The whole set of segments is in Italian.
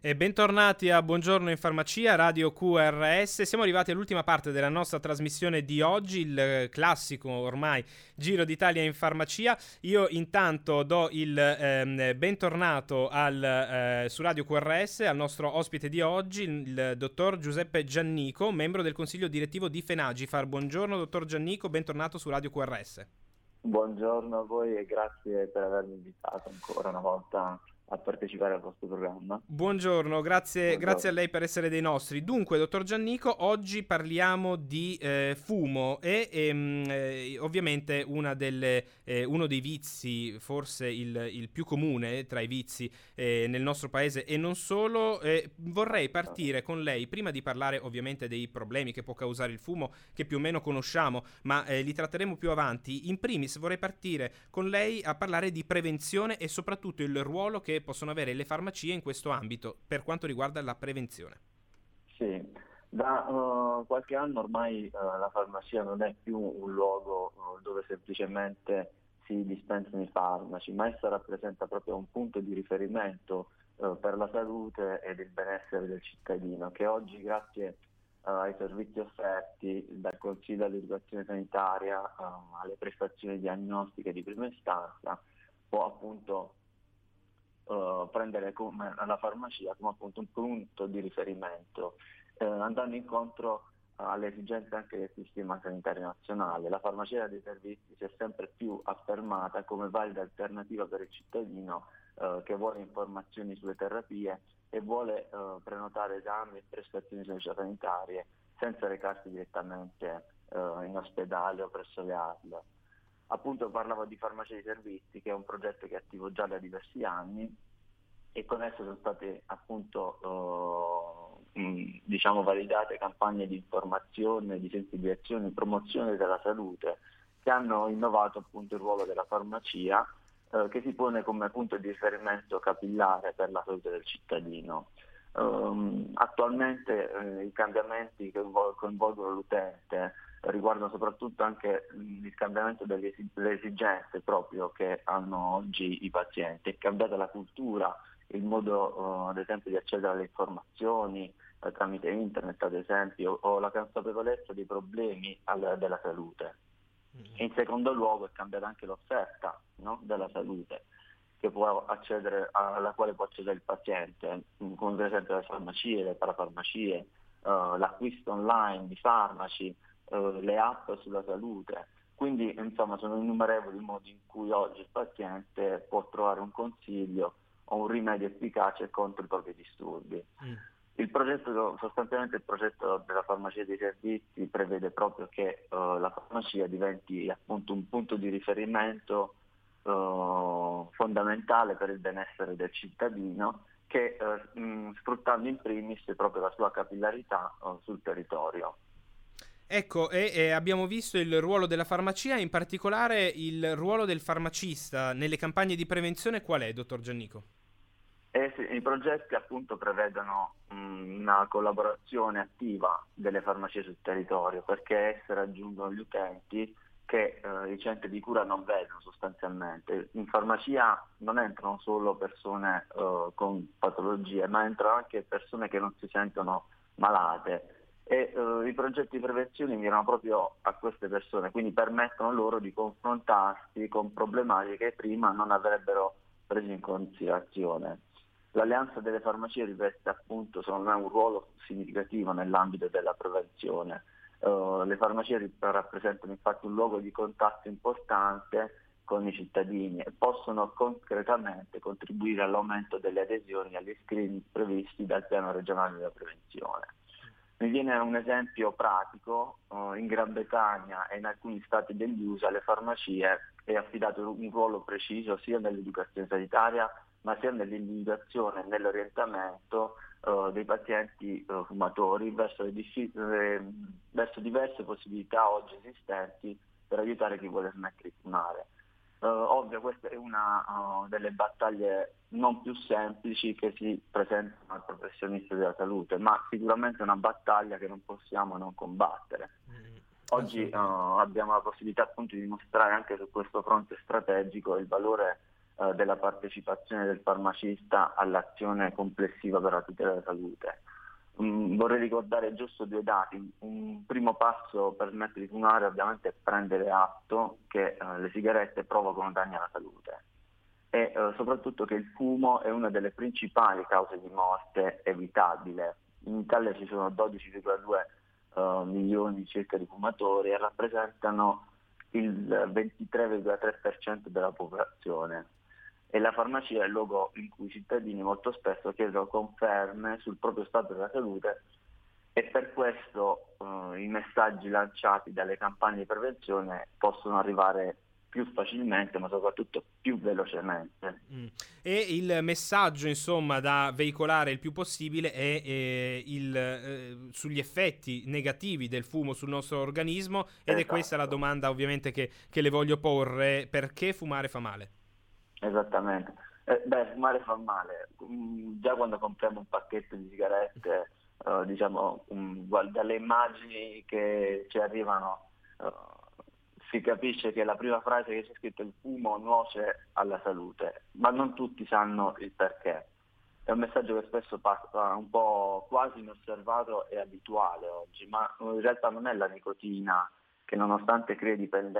E bentornati a Buongiorno in Farmacia, Radio QRS. Siamo arrivati all'ultima parte della nostra trasmissione di oggi, il classico ormai Giro d'Italia in farmacia. Io intanto do il bentornato su Radio QRS al nostro ospite di oggi, il dottor Giuseppe Giannico, membro del consiglio direttivo di FENAGIFAR. Buongiorno dottor Giannico, bentornato su Radio QRS. Buongiorno a voi e grazie per avermi invitato ancora una volta a partecipare al vostro programma. Buongiorno, grazie a lei per essere dei nostri. Dunque, dottor Giannico, oggi parliamo di fumo e ovviamente uno dei vizi, forse il più comune tra i vizi nel nostro paese e non solo. Vorrei partire con lei, prima di parlare ovviamente dei problemi che può causare il fumo, che più o meno conosciamo, ma li tratteremo più avanti. In primis vorrei partire con lei a parlare di prevenzione e soprattutto il ruolo che possono avere le farmacie in questo ambito per quanto riguarda la prevenzione. Sì, da qualche anno ormai la farmacia non è più un luogo dove semplicemente si dispensano i farmaci, ma essa rappresenta proprio un punto di riferimento per la salute ed il benessere del cittadino, che oggi grazie ai servizi offerti dal Consiglio all'Educazione Sanitaria alle prestazioni diagnostiche di prima istanza può appunto prendere la farmacia come appunto un punto di riferimento, andando incontro alle esigenze anche del sistema sanitario nazionale. La farmacia dei servizi si è sempre più affermata come valida alternativa per il cittadino che vuole informazioni sulle terapie e vuole prenotare esami e prestazioni sanitarie senza recarsi direttamente in ospedale o presso le ASL. Appunto parlavo di farmacia dei servizi, che è un progetto che è attivo già da diversi anni e con esso sono state appunto validate campagne di informazione, di sensibilizzazione e promozione della salute che hanno innovato appunto il ruolo della farmacia che si pone come punto di riferimento capillare per la salute del cittadino. Attualmente i cambiamenti che coinvolgono l'utente riguardano soprattutto anche il cambiamento delle esigenze proprio che hanno oggi i pazienti. È cambiata la cultura, il modo ad esempio di accedere alle informazioni tramite internet ad esempio, o la consapevolezza dei problemi della salute. E in secondo luogo è cambiata anche l'offerta, no, della salute alla quale può accedere il paziente, come per esempio le farmacie, le parafarmacie, l'acquisto online di farmaci, le app sulla salute. Quindi insomma sono innumerevoli i modi in cui oggi il paziente può trovare un consiglio o un rimedio efficace contro i propri disturbi. Sostanzialmente il progetto della farmacia dei servizi prevede proprio che la farmacia diventi appunto un punto di riferimento fondamentale per il benessere del cittadino, che sfruttando in primis proprio la sua capillarità sul territorio. Ecco, abbiamo visto il ruolo della farmacia, in particolare il ruolo del farmacista nelle campagne di prevenzione. Qual è, dottor Giannico? Sì, i progetti appunto prevedono una collaborazione attiva delle farmacie sul territorio, perché esse raggiungono gli utenti che i centri di cura non vedono sostanzialmente. In farmacia non entrano solo persone con patologie, ma entrano anche persone che non si sentono malate. E i progetti di prevenzione mirano proprio a queste persone, quindi permettono loro di confrontarsi con problematiche che prima non avrebbero preso in considerazione. L'alleanza delle farmacie riveste appunto secondo me un ruolo significativo nell'ambito della prevenzione. Le farmacie rappresentano infatti un luogo di contatto importante con i cittadini e possono concretamente contribuire all'aumento delle adesioni agli screening previsti dal piano regionale della prevenzione. Mi viene un esempio pratico: in Gran Bretagna e in alcuni stati degli USA alle farmacie è affidato un ruolo preciso sia nell'educazione sanitaria ma sia nell'individuazione e nell'orientamento dei pazienti fumatori verso diverse possibilità oggi esistenti per aiutare chi vuole smettere di fumare. Ovvio, questa è una delle battaglie non più semplici che si presentano al professionista della salute, ma sicuramente è una battaglia che non possiamo non combattere. Oggi abbiamo la possibilità appunto di dimostrare anche su questo fronte strategico il valore della partecipazione del farmacista all'azione complessiva per la tutela della salute. Vorrei ricordare giusto due dati. Un primo passo per smettere di fumare ovviamente è prendere atto che le sigarette provocano danni alla salute e soprattutto che il fumo è una delle principali cause di morte evitabile. In Italia ci sono 12,2 milioni circa di fumatori e rappresentano il 23,3% della popolazione. E la farmacia è il luogo in cui i cittadini molto spesso chiedono conferme sul proprio stato della salute e per questo i messaggi lanciati dalle campagne di prevenzione possono arrivare più facilmente ma soprattutto più velocemente. E il messaggio insomma da veicolare il più possibile è sugli effetti negativi del fumo sul nostro organismo ed Esatto. è questa la domanda ovviamente che le voglio porre: perché fumare fa male? Esattamente. Fumare fa male. Già quando compriamo un pacchetto di sigarette, dalle immagini che ci arrivano, si capisce che la prima frase che c'è scritto il fumo nuoce alla salute, ma non tutti sanno il perché. È un messaggio che spesso passa un po' quasi inosservato e abituale oggi, ma in realtà non è la nicotina che nonostante crei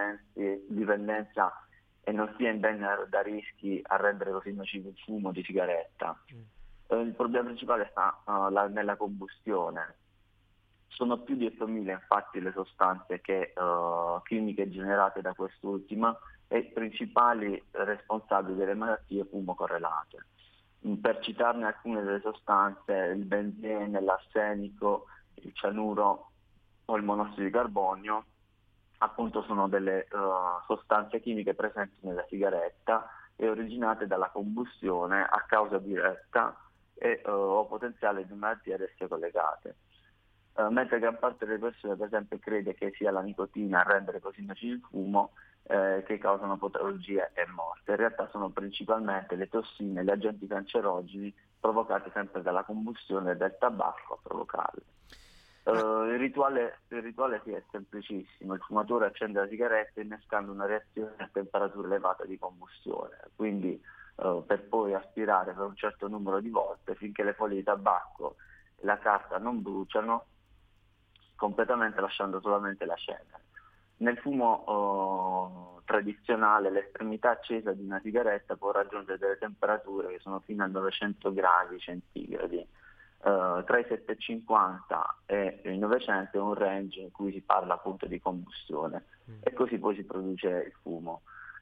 dipendenza e non sia indenne da rischi a rendere così nocivo il fumo di sigaretta. Il problema principale sta nella combustione. Sono più di 8.000 infatti le sostanze chimiche generate da quest'ultima e i principali responsabili delle malattie fumo-correlate. Per citarne alcune delle sostanze, il benzene, l'arsenico, il cianuro o il monossido di carbonio, appunto sono delle sostanze chimiche presenti nella sigaretta e originate dalla combustione a causa diretta o potenziale di malattie ad esse collegate. Mentre gran parte delle persone per esempio crede che sia la nicotina a rendere così nocivo il fumo che causano patologie e morte. In realtà sono principalmente le tossine e gli agenti cancerogeni provocati sempre dalla combustione del tabacco a provocarli. Il rituale sì, è semplicissimo. Il fumatore accende la sigaretta innescando una reazione a temperatura elevata di combustione, quindi per poi aspirare per un certo numero di volte finché le foglie di tabacco e la carta non bruciano completamente, lasciando solamente la cenere. Nel fumo tradizionale l'estremità accesa di una sigaretta può raggiungere delle temperature che sono fino a 900 gradi centigradi. Tra i 750 e i 900 è un range in cui si parla appunto di combustione e così poi si produce il fumo.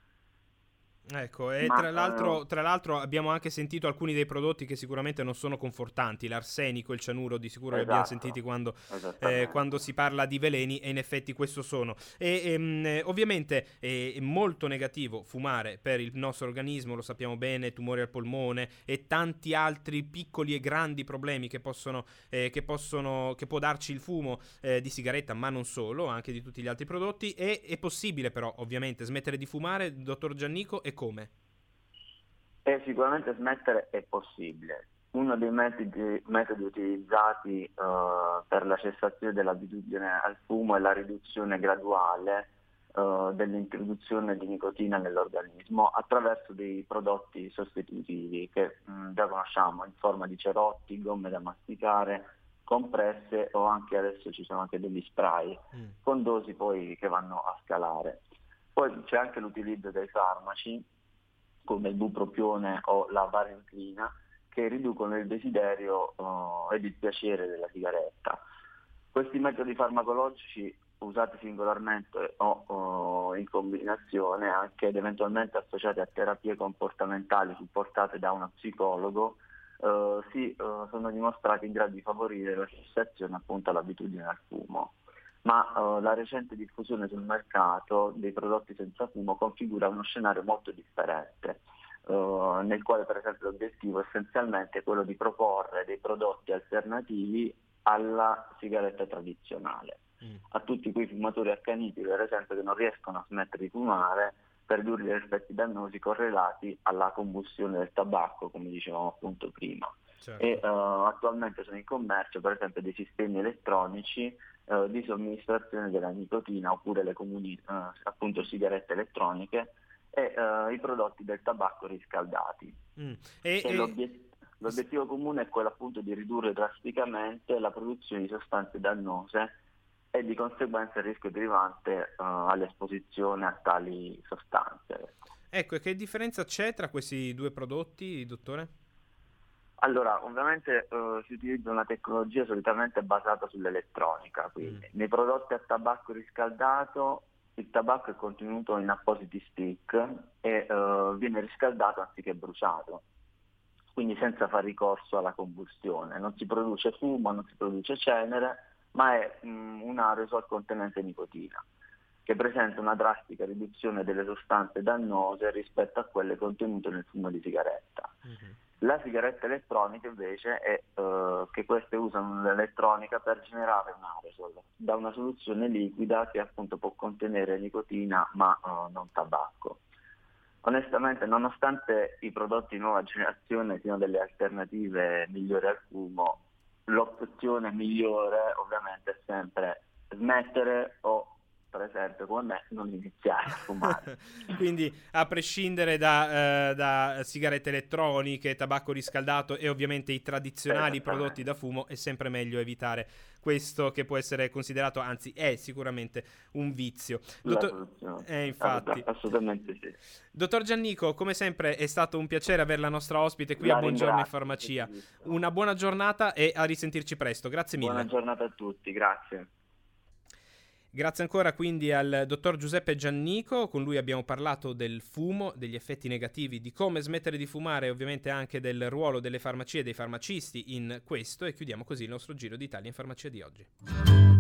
Ecco, e tra l'altro abbiamo anche sentito alcuni dei prodotti che sicuramente non sono confortanti, l'arsenico, il cianuro, di sicuro li abbiamo sentiti quando si parla di veleni e in effetti questo sono. Ovviamente è molto negativo fumare per il nostro organismo, lo sappiamo bene, tumori al polmone e tanti altri piccoli e grandi problemi che può darci il fumo di sigaretta, ma non solo, anche di tutti gli altri prodotti. E è possibile però ovviamente smettere di fumare, dottor Giannico, e come? Sicuramente smettere è possibile. Uno dei metodi utilizzati per la cessazione dell'abitudine al fumo è la riduzione graduale dell'introduzione di nicotina nell'organismo attraverso dei prodotti sostitutivi che già conosciamo in forma di cerotti, gomme da masticare, compresse o anche adesso ci sono anche degli spray con dosi poi che vanno a scalare. Poi c'è anche l'utilizzo dei farmaci come il bupropione o la vareniclina che riducono il desiderio ed il piacere della sigaretta. Questi metodi farmacologici usati singolarmente o in combinazione, anche ed eventualmente associati a terapie comportamentali supportate da uno psicologo, sono dimostrati in grado di favorire la cessazione appunto all'abitudine al fumo. Ma la recente diffusione sul mercato dei prodotti senza fumo configura uno scenario molto differente, nel quale per esempio l'obiettivo è essenzialmente quello di proporre dei prodotti alternativi alla sigaretta tradizionale. A tutti quei fumatori accaniti per esempio che non riescono a smettere di fumare per ridurre gli effetti dannosi correlati alla combustione del tabacco, come dicevamo appunto prima. Certo. E attualmente sono in commercio per esempio dei sistemi elettronici di somministrazione della nicotina oppure le comuni appunto sigarette elettroniche e i prodotti del tabacco riscaldati. L'obiettivo comune è quello appunto di ridurre drasticamente la produzione di sostanze dannose e di conseguenza il rischio derivante all'esposizione a tali sostanze. Ecco, e che differenza c'è tra questi due prodotti, dottore? Allora, ovviamente si utilizza una tecnologia solitamente basata sull'elettronica, quindi nei prodotti a tabacco riscaldato il tabacco è contenuto in appositi stick e viene riscaldato anziché bruciato, quindi senza far ricorso alla combustione. Non si produce fumo, non si produce cenere, ma è un aerosol contenente nicotina, che presenta una drastica riduzione delle sostanze dannose rispetto a quelle contenute nel fumo di sigaretta. La sigaretta elettronica invece è che queste usano l'elettronica per generare un aerosol da una soluzione liquida che appunto può contenere nicotina ma non tabacco. Onestamente, nonostante i prodotti di nuova generazione siano delle alternative migliori al fumo, l'opzione migliore ovviamente è sempre smettere o, per esempio, come me, non iniziare a fumare. Quindi, a prescindere da sigarette elettroniche, tabacco riscaldato e ovviamente i tradizionali prodotti da fumo, è sempre meglio evitare questo che può essere considerato, anzi è sicuramente un vizio. Infatti. Assolutamente sì. Dottor Giannico, come sempre è stato un piacere avere la nostra ospite qui a Buongiorno in Farmacia. Una buona giornata e a risentirci presto. Grazie mille. Buona giornata a tutti, grazie. Grazie ancora quindi al dottor Giuseppe Giannico, con lui abbiamo parlato del fumo, degli effetti negativi, di come smettere di fumare e ovviamente anche del ruolo delle farmacie e dei farmacisti in questo, e chiudiamo così il nostro giro d'Italia in farmacia di oggi.